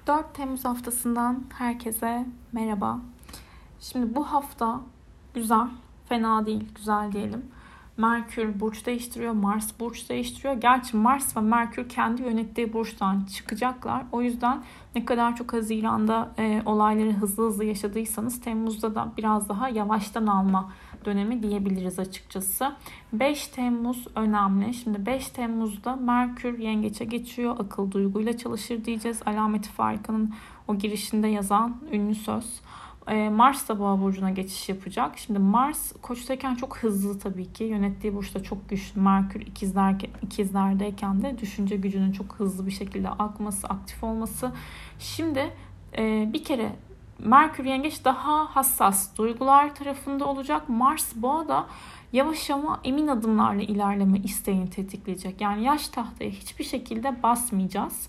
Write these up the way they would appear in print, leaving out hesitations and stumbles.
4 Temmuz haftasından herkese merhaba. Şimdi bu hafta güzel, fena değil, güzel diyelim. Merkür burç değiştiriyor, Mars burç değiştiriyor. Gerçi Mars ve Merkür kendi yönettiği burçtan çıkacaklar. O yüzden ne kadar çok Haziran'da olayları hızlı yaşadıysanız Temmuz'da da biraz daha yavaştan alma dönemi diyebiliriz açıkçası. 5 Temmuz önemli. Şimdi 5 Temmuz'da Merkür Yengeç'e geçiyor. Akıl duyguyla çalışır diyeceğiz. Alameti Farika'nın o girişinde yazan ünlü söz. Mars da Boğa burcuna geçiş yapacak. Şimdi Mars Koç'tayken çok hızlı tabii ki. Yönettiği burçta çok güçlü. Merkür ikizlerdeyken de düşünce gücünün çok hızlı bir şekilde akması, aktif olması. Şimdi bir kere Merkür Yengeç daha hassas duygular tarafında olacak. Mars Boğa da yavaş ama emin adımlarla ilerleme isteğini tetikleyecek. Yani yaş tahtaya hiçbir şekilde basmayacağız.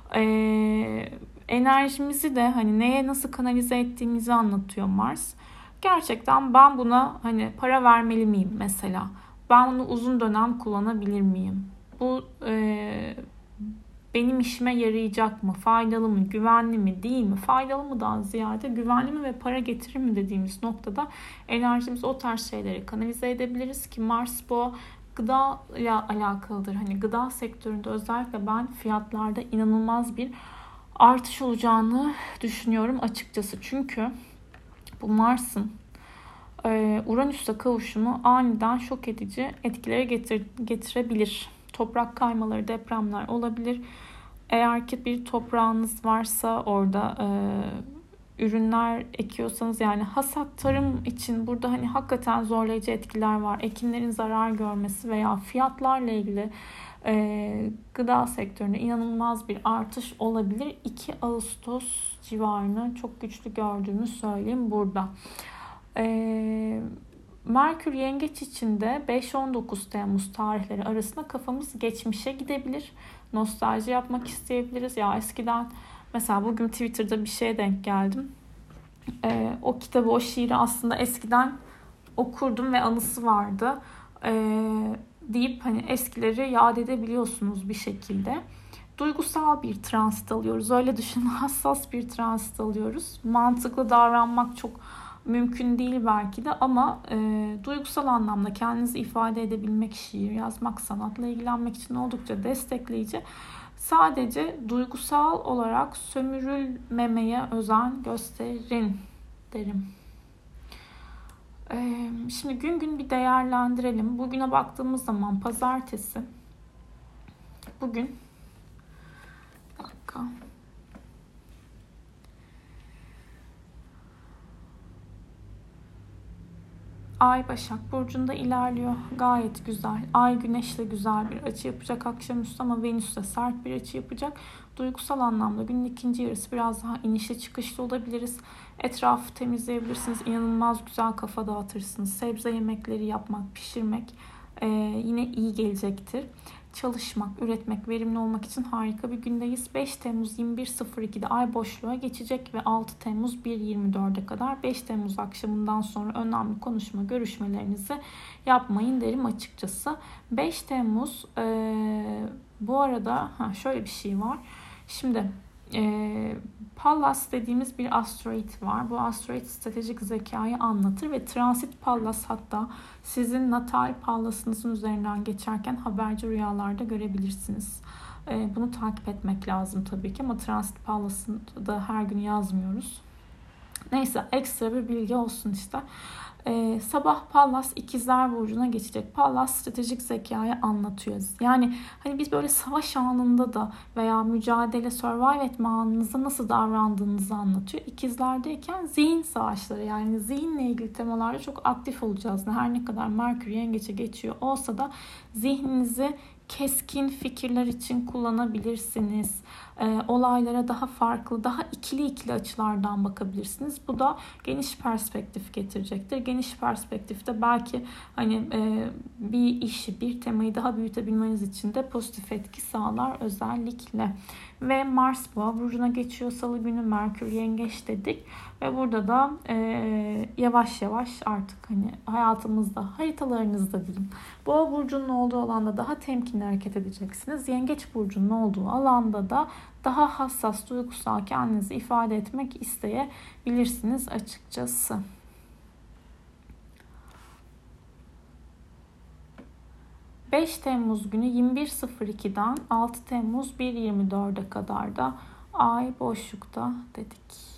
Enerjimizi de hani neye nasıl kanalize ettiğimizi anlatıyor Mars. Gerçekten ben buna hani para vermeli miyim mesela? Ben bunu uzun dönem kullanabilir miyim? Bu benim işime yarayacak mı? Faydalı mı? Güvenli mi? Değil mi? Faydalı mıdan ziyade güvenli mi ve para getirir mi dediğimiz noktada enerjimizi o tarz şeylere kanalize edebiliriz ki Mars bu gıda ile alakalıdır. Hani gıda sektöründe özellikle ben fiyatlarda inanılmaz bir artış olacağını düşünüyorum açıkçası. Çünkü bu Mars'ın Uranüs'te kavuşumu aniden şok edici etkilere getirebilir. Toprak kaymaları, depremler olabilir. Eğer ki bir toprağınız varsa orada ürünler ekiyorsanız yani hasat tarım için burada hani hakikaten zorlayıcı etkiler var. Ekinlerin zarar görmesi veya fiyatlarla ilgili gıda sektöründe inanılmaz bir artış olabilir. 2 Ağustos civarını çok güçlü gördüğümü söyleyeyim burada. Merkür Yengeç için de 5-19 Temmuz tarihleri arasında kafamız geçmişe gidebilir. Nostalji yapmak isteyebiliriz. Ya eskiden mesela bugün Twitter'da bir şeye denk geldim. O kitabı, o şiiri aslında eskiden okurdum ve anısı vardı. Deyip hani eskileri yad edebiliyorsunuz bir şekilde. Duygusal bir transit alıyoruz. Öyle düşünün, hassas bir transit alıyoruz. Mantıklı davranmak çok mümkün değil belki de ama duygusal anlamda kendinizi ifade edebilmek, şiir yazmak, sanatla ilgilenmek için oldukça destekleyici. Sadece duygusal olarak sömürülmemeye özen gösterin derim. Şimdi gün bir değerlendirelim. Bugüne baktığımız zaman pazartesi. Bugün bir dakika. Ay Başak Burcu'nda ilerliyor. Gayet güzel. Ay Güneş'le güzel bir açı yapacak akşamüstü ama Venüs'le sert bir açı yapacak. Duygusal anlamda günün ikinci yarısı biraz daha inişli çıkışlı olabiliriz. Etrafı temizleyebilirsiniz. İnanılmaz güzel kafa dağıtırsınız. Sebze yemekleri yapmak, pişirmek yine iyi gelecektir. Çalışmak, üretmek, verimli olmak için harika bir gündeyiz. 5 Temmuz 21.02'de ay boşluğa geçecek ve 6 Temmuz 1.24'e kadar 5 Temmuz akşamından sonra önemli konuşma, görüşmelerinizi yapmayın derim açıkçası. 5 Temmuz bu arada şöyle bir şey var. Şimdi Pallas dediğimiz bir asteroid var. Bu asteroid stratejik zekayı anlatır ve transit Pallas hatta sizin natal Pallas'ınızın üzerinden geçerken haberci rüyalarda görebilirsiniz. Bunu takip etmek lazım tabii ki ama transit Pallas'ını da her gün yazmıyoruz. Neyse ekstra bir bilgi olsun işte. Sabah Pallas İkizler Burcu'na geçecek. Pallas stratejik zekayı anlatıyor. Yani hani biz böyle savaş anında da veya mücadele, survive etme anınızda nasıl davrandığınızı anlatıyor. İkizlerdeyken zihin savaşları yani zihinle ilgili temalarda çok aktif olacağız. Her ne kadar Merkür Yengeç'e geçiyor olsa da zihninizi keskin fikirler için kullanabilirsiniz. Olaylara daha farklı, daha ikili açılardan bakabilirsiniz. Bu da geniş perspektif getirecektir. Geniş perspektifte belki hani bir işi, bir temayı daha büyütebilmeniz için de pozitif etki sağlar özellikle. Ve Mars Boğa burcuna geçiyor Salı günü. Merkür Yengeç dedik. Ve burada da yavaş artık hani hayatımızda, haritalarınızda diyeyim. Boğa burcunun olduğu alanda daha temkinli hareket edeceksiniz. Yengeç burcunun olduğu alanda da daha hassas, duygusal kendinizi ifade etmek isteyebilirsiniz açıkçası. 5 Temmuz günü 21.02'den 6 Temmuz 1.24'e kadar da ay boşlukta dedik.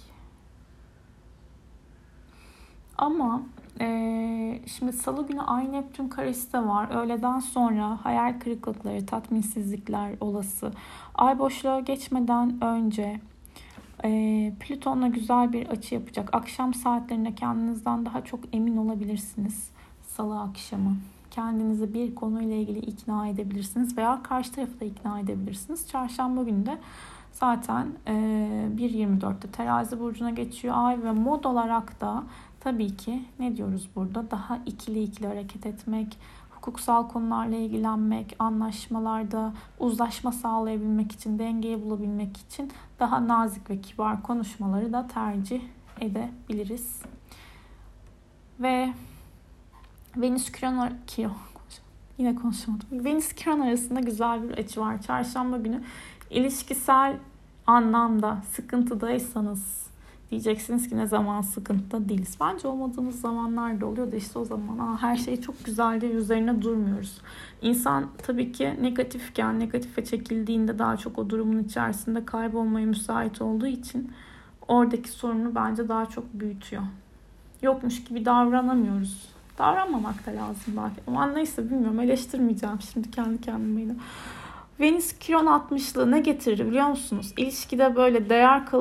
Ama şimdi Salı günü Ay Neptün karesi de var. Öğleden sonra hayal kırıklıkları, tatminsizlikler olası. Ay boşluğa geçmeden önce Plüton'la güzel bir açı yapacak. Akşam saatlerinde kendinizden daha çok emin olabilirsiniz Salı akşamı. Kendinizi bir konuyla ilgili ikna edebilirsiniz veya karşı tarafı da ikna edebilirsiniz. Çarşamba günü de zaten 1.24'te Terazi burcuna geçiyor Ay ve mod olarak da tabii ki ne diyoruz burada? Daha ikili hareket etmek, hukuksal konularla ilgilenmek, anlaşmalarda uzlaşma sağlayabilmek için, dengeyi bulabilmek için daha nazik ve kibar konuşmaları da tercih edebiliriz. Ve Venüs-Kiron yine konuşamadım. Venüs-Kiron arasında güzel bir açı var. Çarşamba günü ilişkisel anlamda sıkıntıdaysanız diyeceksiniz ki ne zaman sıkıntıda değiliz. Bence olmadığımız zamanlar da oluyor da işte o zaman her şey çok güzel diye üzerine durmuyoruz. İnsan tabii ki negatifken, negatife çekildiğinde daha çok o durumun içerisinde kaybolmaya müsait olduğu için oradaki sorunu bence daha çok büyütüyor. Yokmuş gibi davranamıyoruz. Davranmamak da lazım belki. Ama neyse bilmiyorum, eleştirmeyeceğim şimdi kendi kendime yine. Venüs-Kiron 60'lığı ne getirir biliyor musunuz? İlişkide böyle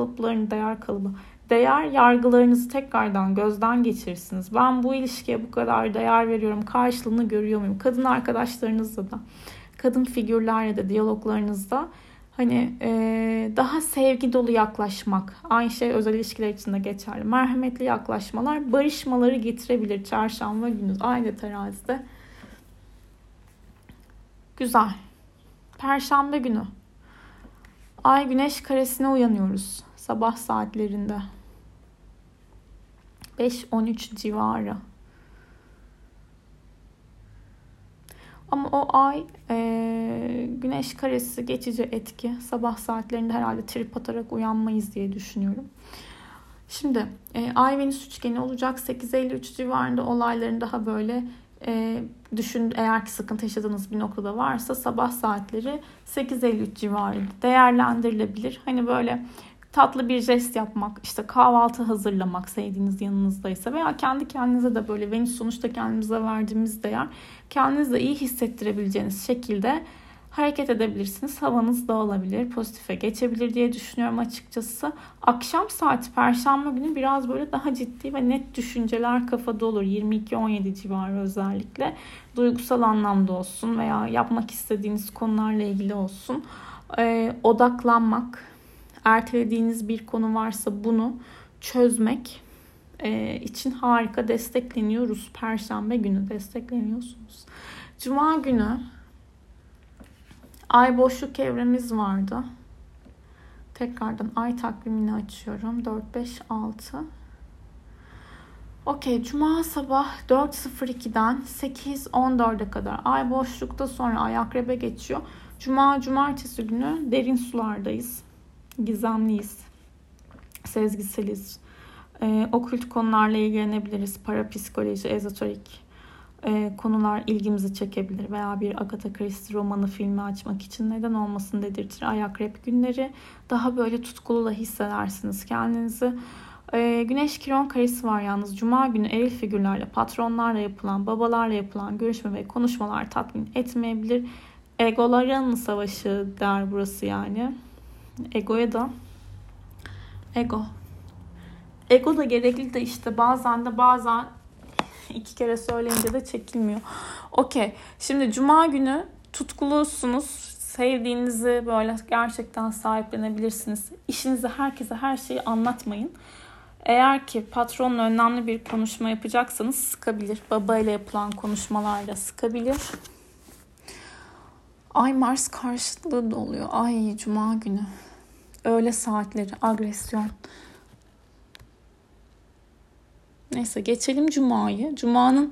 değer yargılarınızı tekrardan gözden geçirirsiniz. Ben bu ilişkiye bu kadar değer veriyorum, karşılığını görüyor muyum? Kadın arkadaşlarınızla da, kadın figürlerle de diyaloglarınızda daha sevgi dolu yaklaşmak. Aynı şey özel ilişkiler için de geçerli. Merhametli yaklaşmalar barışmaları getirebilir çarşamba günü. Aynı terazide. Güzel. Perşembe günü Ay Güneş karesine uyanıyoruz sabah saatlerinde. 5-13 civarı. Ama o ay Güneş karesi geçici etki. Sabah saatlerinde herhalde trip atarak uyanmayız diye düşünüyorum. Şimdi Ay Venüs üçgeni olacak 8.53 civarında olayların daha böyle düşün, eğer ki sıkıntı yaşadığınız bir noktada varsa sabah saatleri 8.53 civarında değerlendirilebilir. Böyle tatlı bir jest yapmak, işte kahvaltı hazırlamak sevdiğiniz yanınızdaysa veya kendi kendinize de böyle Venüs sonuçta kendimize verdiğimiz değer, kendinizi de iyi hissettirebileceğiniz şekilde hareket edebilirsiniz. Havanız dağılabilir, pozitife geçebilir diye düşünüyorum açıkçası. Akşam saati Perşembe günü biraz böyle daha ciddi ve net düşünceler kafada olur. 22-17 civarı özellikle. Duygusal anlamda olsun veya yapmak istediğiniz konularla ilgili olsun. Odaklanmak, ertelediğiniz bir konu varsa bunu çözmek için harika destekleniyoruz. Perşembe günü destekleniyorsunuz. Cuma günü Ay boşluk evremiz vardı. Tekrardan ay takvimini açıyorum. 4, 5, 6. Okey. Cuma sabah 4.02'den 8.14'e kadar ay boşlukta, sonra ay akrebe geçiyor. Cumartesi günü derin sulardayız. Gizemliyiz. Sezgiseliz. Okült konularla ilgilenebiliriz. Parapsikoloji, ezoterik konular ilgimizi çekebilir veya bir Agatha Christie romanı, filmi açmak için neden olmasın dedirtir. Ay akrep günleri daha böyle tutkulu da hissedersiniz kendinizi. Güneş Kiron karesi var yalnız. Cuma günü eril figürlerle, patronlarla yapılan, babalarla yapılan görüşme ve konuşmalar tatmin etmeyebilir. Egoların savaşı der burası yani. Ego da gerekli de işte bazen iki kere söyleyince de çekilmiyor. Okey. Şimdi Cuma günü tutkulusunuz. Sevdiğinizi böyle gerçekten sahiplenebilirsiniz. İşinizi herkese her şeyi anlatmayın. Eğer ki patronla önemli bir konuşma yapacaksanız sıkabilir. Babayla yapılan konuşmalarla sıkabilir. Ay Mars karşıtlığı da oluyor. Ay Cuma günü. Öğle saatleri, agresyon. Neyse geçelim Cuma'yı. Cuma'nın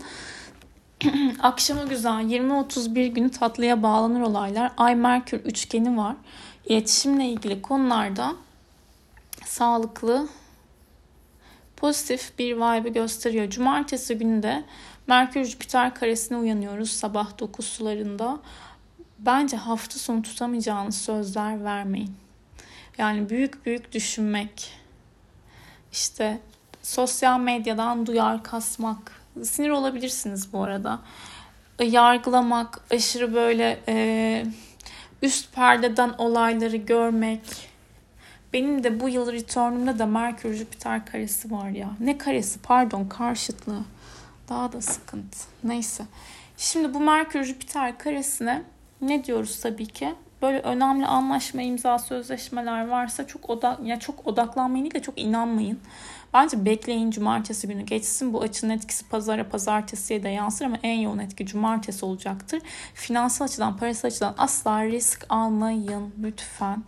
akşamı güzel. 20-31 günü tatlıya bağlanır olaylar. Ay Merkür üçgeni var. iletişimle ilgili konularda sağlıklı, pozitif bir vibe gösteriyor. Cumartesi günü de Merkür-Jüpiter karesine uyanıyoruz sabah 9 sularında. Bence hafta sonu tutamayacağınız sözler vermeyin. Yani büyük büyük düşünmek, işte sosyal medyadan duyar kasmak, sinir olabilirsiniz bu arada. Yargılamak, aşırı böyle üst perdeden olayları görmek. Benim de bu yıl returnumda da Merkür-Jüpiter karesi var ya. Ne karesi? Pardon, karşıtlığı. Daha da sıkıntı. Neyse. Şimdi bu Merkür-Jüpiter karesine ne diyoruz tabii ki? Böyle önemli anlaşma, imza, sözleşmeler varsa çok odaklanmayın değil de çok inanmayın. Bence bekleyin, cumartesi günü geçsin. Bu açının etkisi pazartesiye de yansır ama en yoğun etki cumartesi olacaktır. Finansal açıdan, parasal açıdan asla risk almayın lütfen.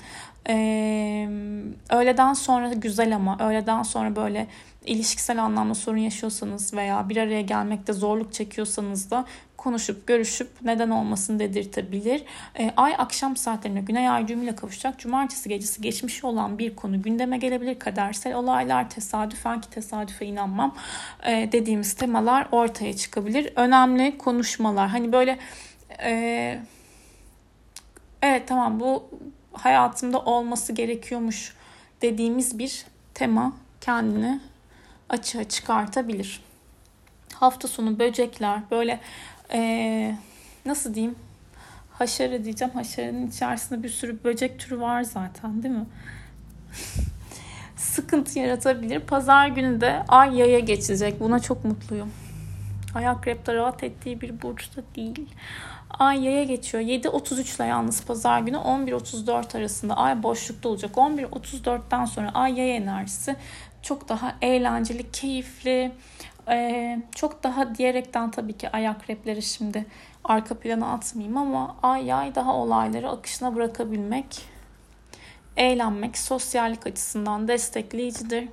Öğleden sonra güzel ama öğleden sonra böyle ilişkisel anlamda sorun yaşıyorsanız veya bir araya gelmekte zorluk çekiyorsanız da konuşup görüşüp neden olmasın dedirtebilir. Ay akşam saatlerinde Güney Ay düğümüyle kavuşacak. Cumartesi gecesi geçmiş olan bir konu gündeme gelebilir. Kadersel olaylar, tesadüfen, ki tesadüfe inanmam, dediğimiz temalar ortaya çıkabilir. Önemli konuşmalar. Hani böyle evet tamam, bu hayatımda olması gerekiyormuş dediğimiz bir tema kendini açığa çıkartabilir. Hafta sonu böcekler böyle nasıl diyeyim, haşere diyeceğim. Haşerenin içerisinde bir sürü böcek türü var zaten değil mi? Sıkıntı yaratabilir. Pazar günü de ay yaya geçecek. Buna çok mutluyum. Ay akrepte rahat ettiği bir burçta değil. Ay yaya geçiyor. 7.33 ile yalnız pazar günü 11.34 arasında ay boşlukta olacak. 11.34'ten sonra ay yaya enerjisi çok daha eğlenceli, keyifli, çok daha diyerekten tabii ki ay akrepleri şimdi arka plana atmayayım ama ay yay daha olayları akışına bırakabilmek, eğlenmek, sosyallik açısından destekleyicidir.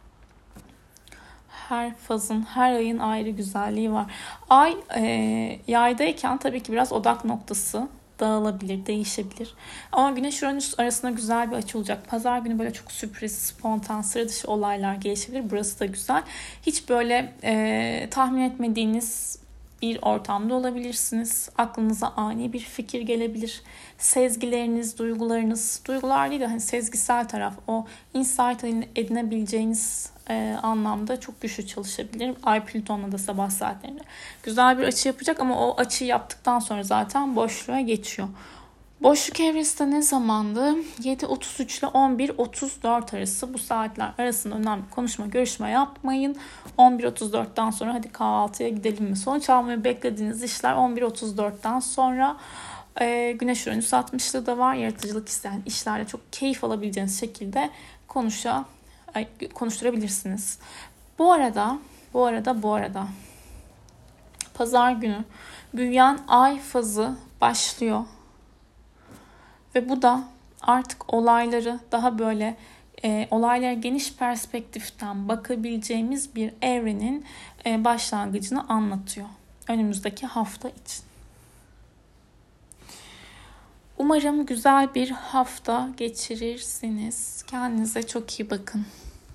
Her fazın, her ayın ayrı güzelliği var. Ay yaydayken tabii ki biraz odak noktası dağılabilir, değişebilir. Ama Güneş Uranüs arasında güzel bir açı olacak. Pazar günü böyle çok sürpriz, spontan, sıra dışı olaylar gelişebilir. Burası da güzel. Hiç böyle tahmin etmediğiniz bir ortamda olabilirsiniz. Aklınıza ani bir fikir gelebilir. Sezgileriniz, duygularınız, duygular değil de hani sezgisel taraf, o insight edinebileceğiniz anlamda çok güçlü çalışabilir. Ay Plüton'la da sabah saatlerinde güzel bir açı yapacak ama o açıyı yaptıktan sonra zaten boşluğa geçiyor. Boşluk evresi de ne zamandı? 7.33 ile 11.34 arası. Bu saatler arasında önemli konuşma, görüşme yapmayın. 11.34'ten sonra hadi kahvaltıya gidelim mi? Sonuç almayı beklediğiniz işler 11.34'ten sonra. Güneş Uranüs 60'lığı da var. Yaratıcılık isteyen işlerle çok keyif alabileceğiniz şekilde konuşturabilirsiniz. Bu arada pazar günü büyüyen ay fazı başlıyor. Ve bu da artık olayları daha böyle olaylara geniş perspektiften bakabileceğimiz bir evrenin başlangıcını anlatıyor. Önümüzdeki hafta için. Umarım güzel bir hafta geçirirsiniz. Kendinize çok iyi bakın.